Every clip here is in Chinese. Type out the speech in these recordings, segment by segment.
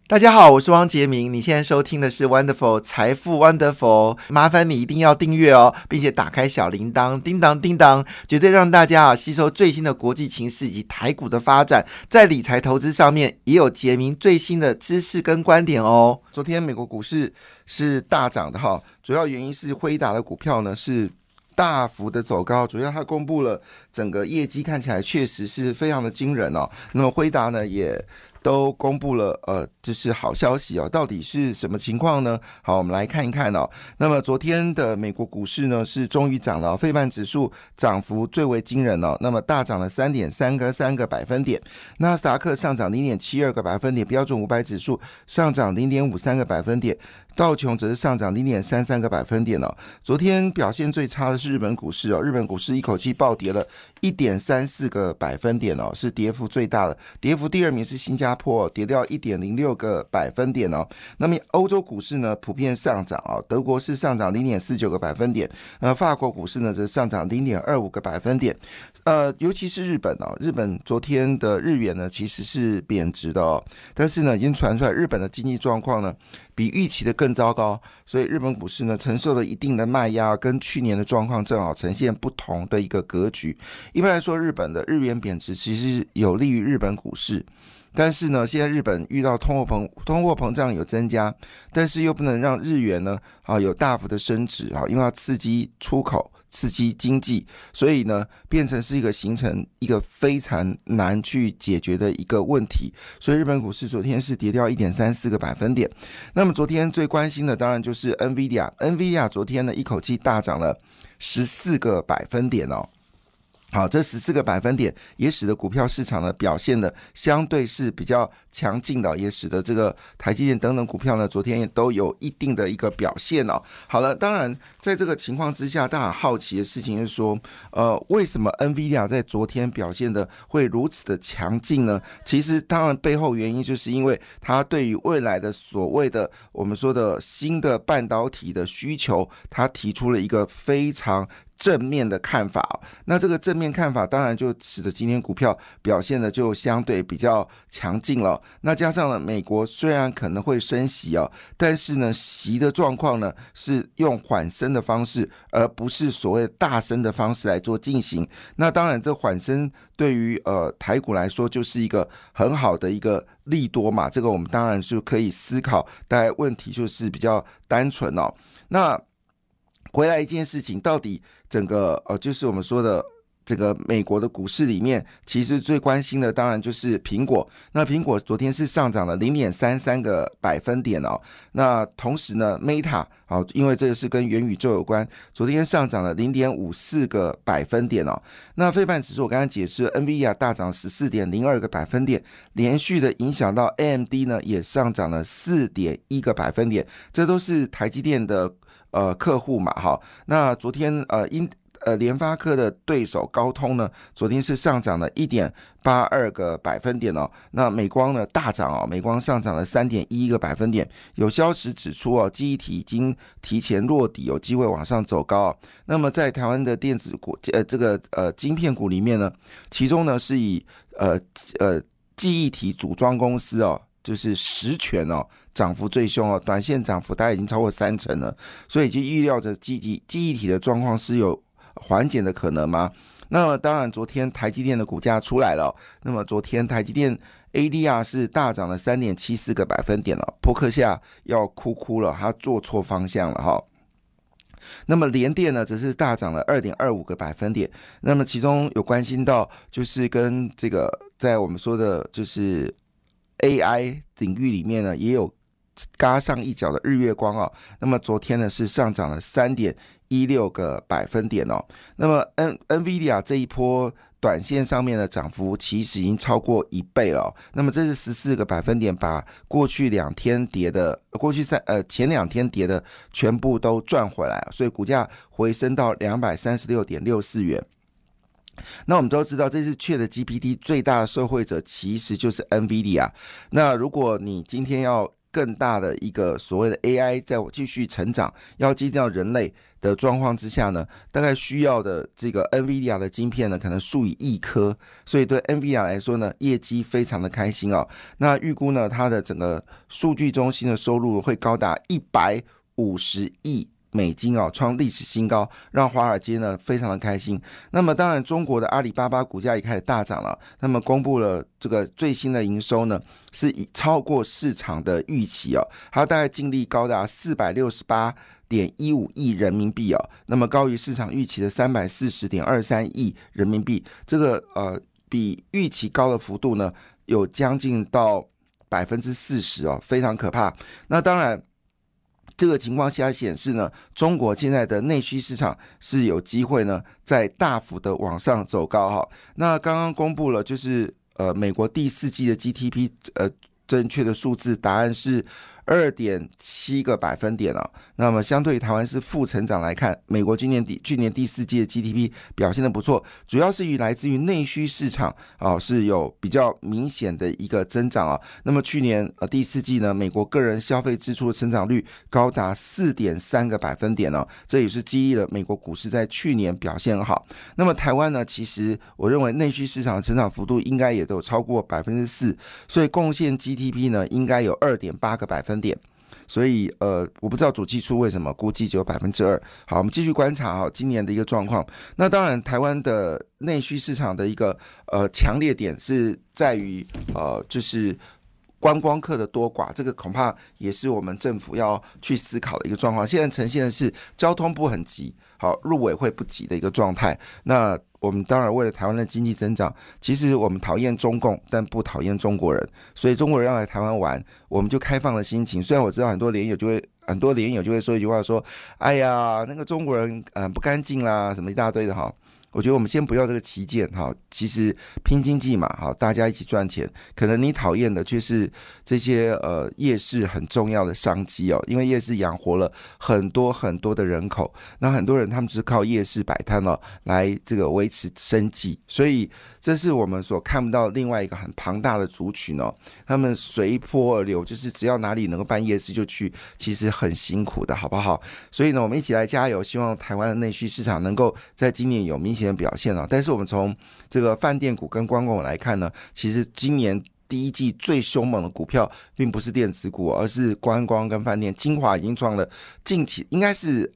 大家好，我是汪杰明，你现在收听的是 Wonderful 财富 Wonderful， 麻烦你一定要订阅哦，并且打开小铃铛，叮当叮当，绝对让大家吸收最新的国际情势以及台股的发展，在理财投资上面也有杰明最新的知识跟观点哦。昨天美国股市是大涨的哈，主要原因是辉达的股票呢是大幅的走高，主要它公布了整个业绩看起来确实是非常的惊人哦。那么辉达呢也都公布了就是好消息哦，到底是什么情况呢？好，我们来看一看哦。那么昨天的美国股市呢是终于涨了，费半指数涨幅最为惊人哦，那么大涨了 3.3个百分点，纳斯达克上涨 0.72 个百分点，标准500指数上涨 0.53 个百分点，道琼则是上涨 0.33 个百分点哦。昨天表现最差的是日本股市哦，日本股市一口气暴跌了 1.34 个百分点哦，是跌幅最大的，跌幅第二名是新加坡跌掉 1.06 个百分点哦。那么欧洲股市呢普遍上涨哦，德国是上涨 0.49 个百分点，法国股市呢则上涨 0.25 个百分点。尤其是日本哦，日本昨天的日元呢其实是贬值的哦，但是呢已经传出来日本的经济状况呢比预期的更糟糕，所以日本股市呢承受了一定的卖压，跟去年的状况正好呈现不同的一个格局。一般来说，日本的日元贬值其实有利于日本股市，但是呢，现在日本遇到通货膨胀有增加，但是又不能让日元呢有大幅的升值因为要刺激出口，刺激经济，所以呢变成是一个形成一个非常难去解决的一个问题，所以日本股市昨天是跌掉 1.34 个百分点。那么昨天最关心的当然就是 NVIDIA 昨天呢一口气大涨了14个百分点哦。好，这14个百分点也使得股票市场呢表现的相对是比较强劲的，也使得这个台积电等等股票呢昨天也都有一定的一个表现哦。好了，当然在这个情况之下，大家好奇的事情是说，为什么 NVIDIA 在昨天表现的会如此的强劲呢？其实当然背后原因就是因为它对于未来的所谓的我们说的新的半导体的需求，它提出了一个非常正面的看法，那这个正面看法当然就使得今天股票表现的就相对比较强劲了。那加上了美国虽然可能会升息但是呢息的状况呢是用缓升的方式，而不是所谓大升的方式来做进行。那当然这缓升对于台股来说就是一个很好的一个利多嘛，这个我们当然是可以思考，但问题就是比较单纯哦。那回来一件事情，到底整个就是我们说的这个美国的股市里面，其实最关心的当然就是苹果。那苹果昨天是上涨了 0.33 个百分点哦。那同时呢 Meta 因为这个是跟元宇宙有关，昨天上涨了 0.54 个百分点哦。那费半指数我刚才解释 NVIDIA 大涨 14.02 个百分点，连续的影响到 AMD 呢也上涨了 4.1 个百分点，这都是台积电的客户嘛，那昨天联发科的对手高通呢，昨天是上涨了 1.82 个百分点哦。那美光呢大涨美光上涨了 3.1 个百分点。有消息指出记忆体已经提前落底，有机会往上走高那么在台湾的电子股这个晶片股里面呢，其中呢是以记忆体组装公司就是实权涨幅最凶短线涨幅大概已经超过30%了，所以就预料着记忆体的状况是有缓解的可能吗？那么当然昨天台积电的股价出来了那么昨天台积电 ADR 是大涨了 3.74 个百分点了，波克夏要哭了，他做错方向了那么联电呢则是大涨了 2.25 个百分点，那么其中有关心到就是跟这个在我们说的就是 AI 领域里面呢也有嘎上一脚的日月光那么昨天呢是上涨了 3.16 个百分点那么 NVIDIA 这一波短线上面的涨幅其实已经超过1倍了那么这是14个百分点，把过去2天跌的前2天跌的全部都赚回来所以股价回升到 236.64 元。那我们都知道这次 ChatGPT 最大的受惠者其实就是 NVIDIA。那如果你今天要更大的一个所谓的 AI 在继续成长，要接近到人类的状况之下呢，大概需要的这个 NVIDIA 的晶片呢，可能数以亿颗，所以对 NVIDIA 来说呢，业绩非常的开心哦。那预估呢，它的整个数据中心的收入会高达150亿美金哦，创历史新高，让华尔街呢非常的开心。那么当然，中国的阿里巴巴股价也开始大涨了。那么公布了这个最新的营收呢，是以超过市场的预期哦，它大概净利高达468.15亿人民币哦，那么高于市场预期的340.23亿人民币，这个比预期高的幅度呢，有将近到40%哦，非常可怕。那当然。这个情况下显示呢，中国现在的内需市场是有机会呢，在大幅的往上走高哈。那刚刚公布了，就是美国第4季的 GDP 正确的数字答案是2.7个百分点哦。那么相对于台湾是负成长来看，美国去年第4季的 GDP 表现的不错，主要是来自于内需市场是有比较明显的一个增长啊。那么去年第4季呢，美国个人消费支出的成长率高达4.3个百分点哦，这也是激励了美国股市在去年表现很好。那么台湾呢，其实我认为内需市场的成长幅度应该也都有超过4%，所以贡献 GDP 呢应该有2.8个百分点。所以我不知道主计处为什么估计只有2%。好，我们继续观察今年的一个状况。那当然，台湾的内需市场的一个强烈点是在于就是观光客的多寡，这个恐怕也是我们政府要去思考的一个状况。现在呈现的是交通部很急，好，入委会不急的一个状态。那我们当然为了台湾的经济增长，其实我们讨厌中共，但不讨厌中国人，所以中国人要来台湾玩，我们就开放的心情。虽然我知道很多联友就会说一句话说，哎呀，那个中国人不干净啦，什么一大堆的哈。我觉得我们先不要这个旗舰哈，其实拼经济嘛，好，大家一起赚钱。可能你讨厌的却是这些夜市很重要的商机哦，因为夜市养活了很多很多的人口，那很多人他们只是靠夜市摆摊哦来这个维持生计，所以这是我们所看不到另外一个很庞大的族群哦，他们随波而流，就是只要哪里能够办夜市就去，其实很辛苦的，好不好？所以呢，我们一起来加油，希望台湾的内需市场能够在今年有明显的表现哦。但是我们从这个饭店股跟观光股来看呢，其实今年第一季最凶猛的股票并不是电子股，而是观光跟饭店。精华已经创了近期应该是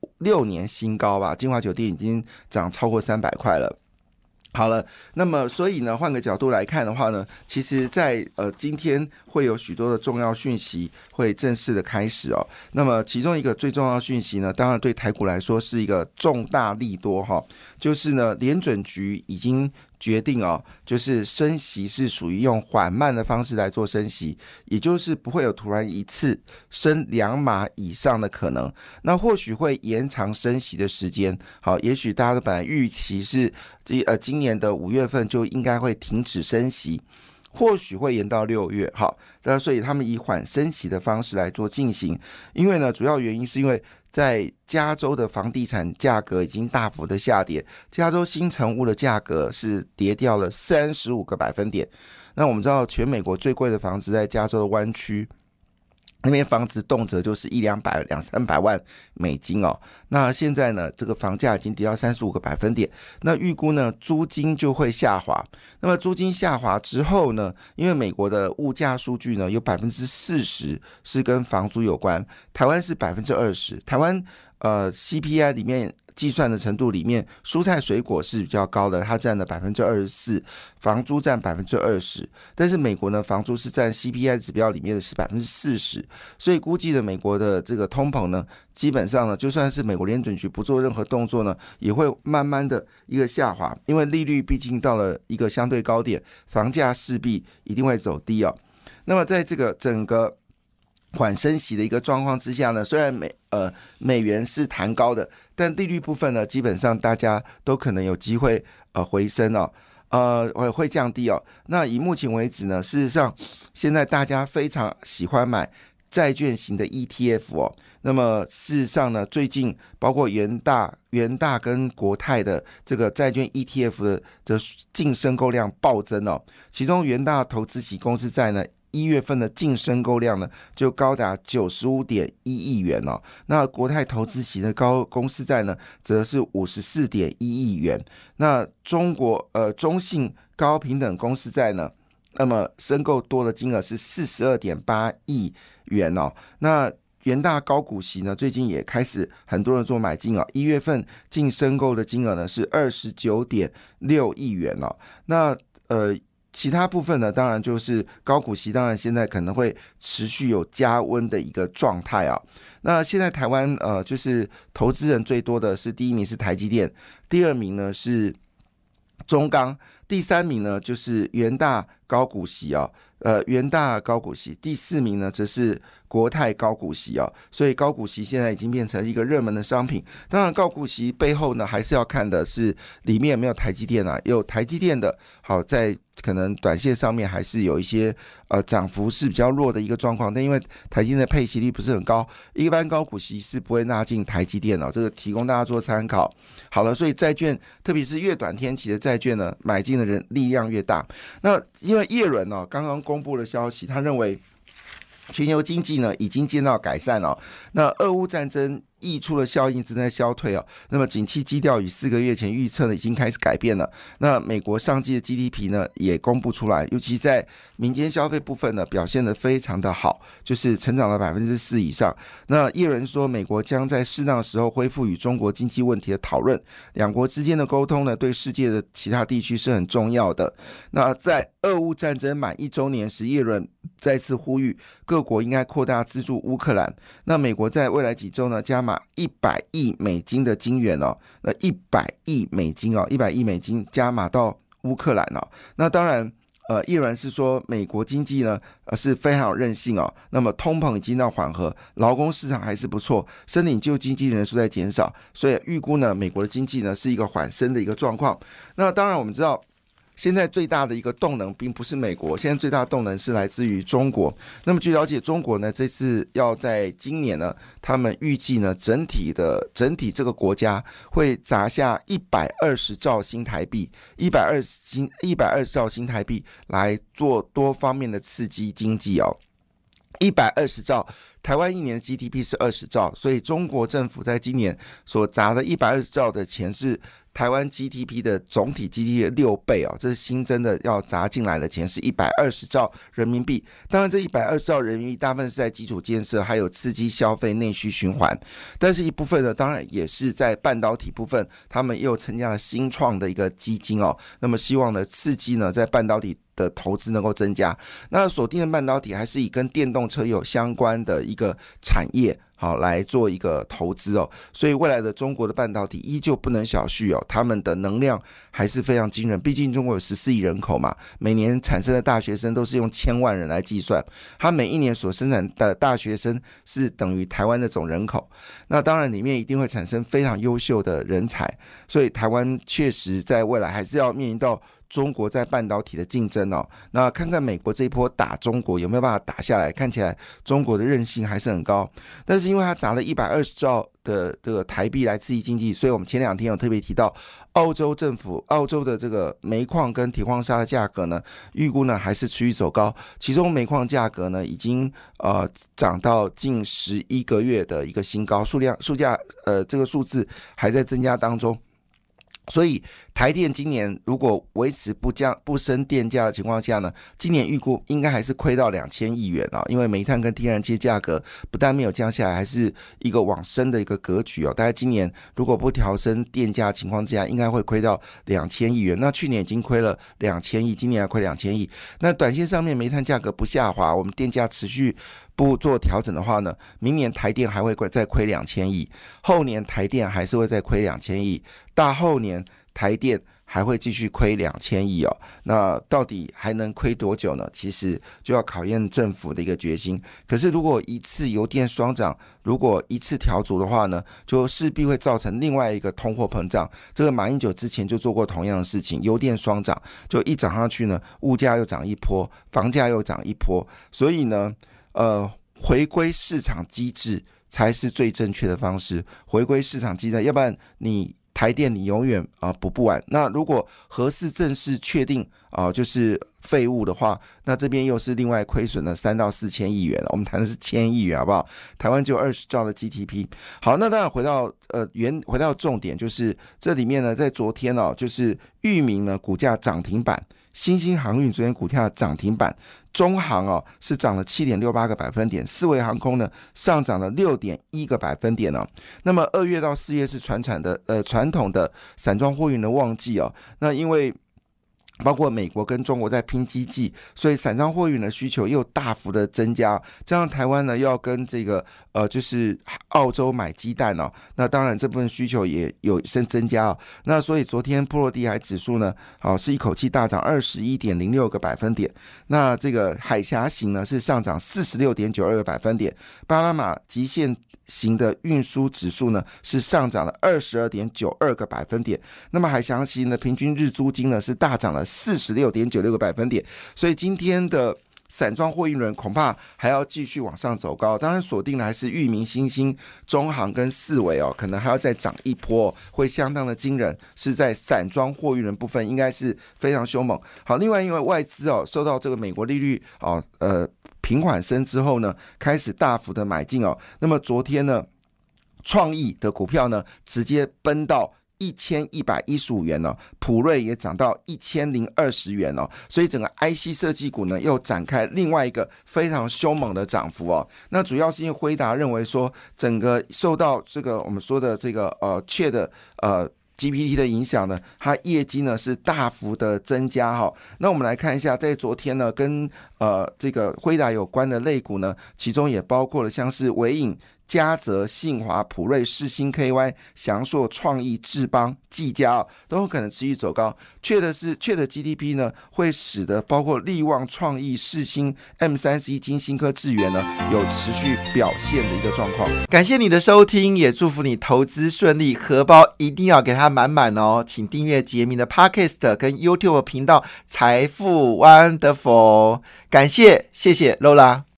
6年新高吧，精华酒店已经涨超过300块了。好了，那么所以呢，换个角度来看的话呢，其实在今天会有许多的重要讯息会正式的开始哦。那么其中一个最重要的讯息呢，当然对台股来说是一个重大利多哈，就是呢联准局已经决定哦，就是升息是属于用缓慢的方式来做升息，也就是不会有突然一次升2码以上的可能。那或许会延长升息的时间，好，也许大家都本来预期是今年的5月份就应该会停止升息，或许会延到6月，好，那所以他们以缓升息的方式来做进行。因为呢，主要原因是因为在加州的房地产价格已经大幅的下跌，加州新成屋的价格是跌掉了35个百分点。那我们知道，全美国最贵的房子在加州的湾区。那边房子动辄就是200-300万美金哦。那现在呢，这个房价已经跌到35个百分点。那预估呢，租金就会下滑。那么租金下滑之后呢，因为美国的物价数据呢，有40%是跟房租有关，台湾是20%。台湾CPI 里面计算的程度里面，蔬菜水果是比较高的，它占了24%，房租占20%。但是美国呢，房租是占 CPI 指标里面的是40%，所以估计的美国的这个通膨呢，基本上呢，就算是美国联准局不做任何动作呢，也会慢慢的一个下滑，因为利率毕竟到了一个相对高点，房价势必一定会走低哦。那么在这个整个缓升息的一个状况之下呢，虽然美元是弹高的，但利率部分呢，基本上大家都可能有机会回升哦，会降低哦。那以目前为止呢，事实上现在大家非常喜欢买债券型的 ETF 哦。那么事实上呢，最近包括元大跟国泰的这个债券 ETF 的净申购量暴增哦，其中元大投资级公司债呢， 1月份的净申购量呢就高达95.1亿元哦。那国泰投资型的高公司债呢则是54.1亿元。那中信高平等公司债呢，那么申购多的金额是42.8亿元哦。那元大高股息呢，最近也开始很多人做买进哦。1月份净申购的金额呢是29.6亿元哦。那其他部分呢，当然就是高股息，当然现在可能会持续有加温的一个状态啊。那现在台湾就是投资人最多的是第一名是台积电，第二名呢是中钢，第三名呢就是元大高股息哦。元大高股息，第四名呢则是国泰高股息哦。所以高股息现在已经变成一个热门的商品。当然高股息背后呢还是要看的是里面有没有台积电啊，有台积电的好，在可能短线上面还是有一些涨幅是比较弱的一个状况，但因为台积电的配息率不是很高，一般高股息是不会纳进台积电哦，这个提供大家做参考。好了，所以债券特别是越短天期的债券呢，买进的人力量越大。那因为耶伦刚刚公布了消息，他认为全球经济呢已经见到改善了。那俄乌战争溢出的效应正在消退哦，那么景气基调与4个月前预测呢已经开始改变了。那美国上季的 GDP 呢也公布出来，尤其在民间消费部分呢表现得非常的好，就是成长了4%以上。那耶伦说，美国将在适当的时候恢复与中国经济问题的讨论，两国之间的沟通呢对世界的其他地区是很重要的。那在俄乌战争满1周年时，耶伦再次呼吁各国应该扩大资助乌克兰。那美国在未来几周呢加码100亿美金的金元哦，那100亿美金哦，100亿美金加码到乌克兰哦。那当然耶伦是说美国经济呢是非常有韧性哦，那么通膨已经到缓和，劳工市场还是不错，申领救济金人数在减少，所以预估呢美国的经济呢是一个缓升的一个状况。那当然我们知道现在最大的一个动能并不是美国，现在最大的动能是来自于中国。那么据了解，中国呢这次要在今年呢，他们预计呢整体这个国家会砸下120兆新台币，120兆新台币来做多方面的刺激经济哦。120兆，台湾一年的 GDP 是20兆，所以中国政府在今年所砸的120兆的钱是台湾 GDP 的总体 GDP 的6倍哦，这是新增的要砸进来的钱是120兆人民币。当然这120兆人民币大部分是在基础建设还有刺激消费内需循环，但是一部分呢当然也是在半导体部分，他们又参加了新创的一个基金哦，那么希望呢刺激呢在半导体的投资能够增加。那锁定的半导体还是以跟电动车有相关的一个产业好来做一个投资哦，所以未来的中国的半导体依旧不能小觑哦，他们的能量还是非常惊人，毕竟中国有14亿人口嘛，每年产生的大学生都是用1000万人来计算，他每一年所生产的大学生是等于台湾的总人口，那当然里面一定会产生非常优秀的人才，所以台湾确实在未来还是要面临到中国在半导体的竞争哦。那看看美国这一波打中国有没有办法打下来，看起来中国的韧性还是很高，但是因为它砸了120兆的这个台币来刺激经济，所以我们前2天有特别提到澳洲的这个煤矿跟铁矿砂的价格呢，预估呢还是持续走高，其中煤矿价格呢已经涨到近11个月的一个新高，这个数字还在增加当中。所以台电今年如果维持不升电价的情况下呢，今年预估应该还是亏到2000亿元因为煤炭跟天然气价格不但没有降下来，还是一个往升的一个格局大概今年如果不调升电价的情况之下，应该会亏到2000亿元。那去年已经亏了2000亿，今年还亏2000亿。那短线上面煤炭价格不下滑，我们电价持续不做调整的话呢，明年台电还会再亏2000亿，后年台电还是会再亏2000亿，大后年台电还会继续亏2000亿那到底还能亏多久呢？其实就要考验政府的一个决心。可是如果一次油电双涨，如果一次调足的话呢，就势必会造成另外一个通货膨胀。这个马英九之前就做过同样的事情，油电双涨，就一涨上去呢，物价又涨一波，房价又涨一波。所以呢回归市场机制才是最正确的方式，回归市场机制，要不然你台电你永远补不完。那如果核四正式确定就是废物的话，那这边又是另外亏损了3到4千亿元了。我们谈的是千亿元，好不好？台湾就有20兆的 GDP。好，那当然回到重点，就是这里面呢，在昨天就是裕民呢股价涨停板，新兴航运昨天股价涨停板，中航是涨了 7.68 个百分点，四维航空呢上涨了 6.1 个百分点。那么2月到4月是传统的散装货运的旺季那因为包括美国跟中国在拼经济，所以散装货运的需求又大幅的增加，这样台湾呢要跟这个就是澳洲买鸡蛋那当然这部分需求也有增加那所以昨天波罗的海指数呢是一口气大涨 21.06 个百分点，那这个海峡型呢是上涨 46.92 个百分点，巴拿马极限型的运输指数呢是上涨了 22.92 个百分点，那么海峡型的平均日租金呢是大涨了 46.96 个百分点，所以今天的散装货运轮恐怕还要继续往上走高，当然锁定的还是裕民、新兴、中航跟四维可能还要再涨一波会相当的惊人，是在散装货运轮部分应该是非常凶猛。好，另外因为外资受到这个美国利率平缓升之后呢，开始大幅的买进那么昨天呢，创意的股票呢直接奔到1115元普瑞也涨到1020元所以整个 IC 设计股呢又展开另外一个非常凶猛的涨幅那主要是因为辉达认为说，整个受到这个我们说的这个GPT 的影响呢，它业绩呢是大幅的增加那我们来看一下，在昨天呢，跟这个辉达有关的类股呢，其中也包括了像是微影、嘉泽、信华、普瑞、世新 KY、祥硕、创意、智邦、技嘉都有可能持续走高。确的 GDP 呢，会使得包括力旺、创意、世新、M3C、金星科、智源呢有持续表现的一个状况。感谢你的收听，也祝福你投资顺利，荷包一定要给它满满请订阅杰明的 Podcast 跟 YouTube 频道财富 Wonderful。感谢，谢谢 Lola。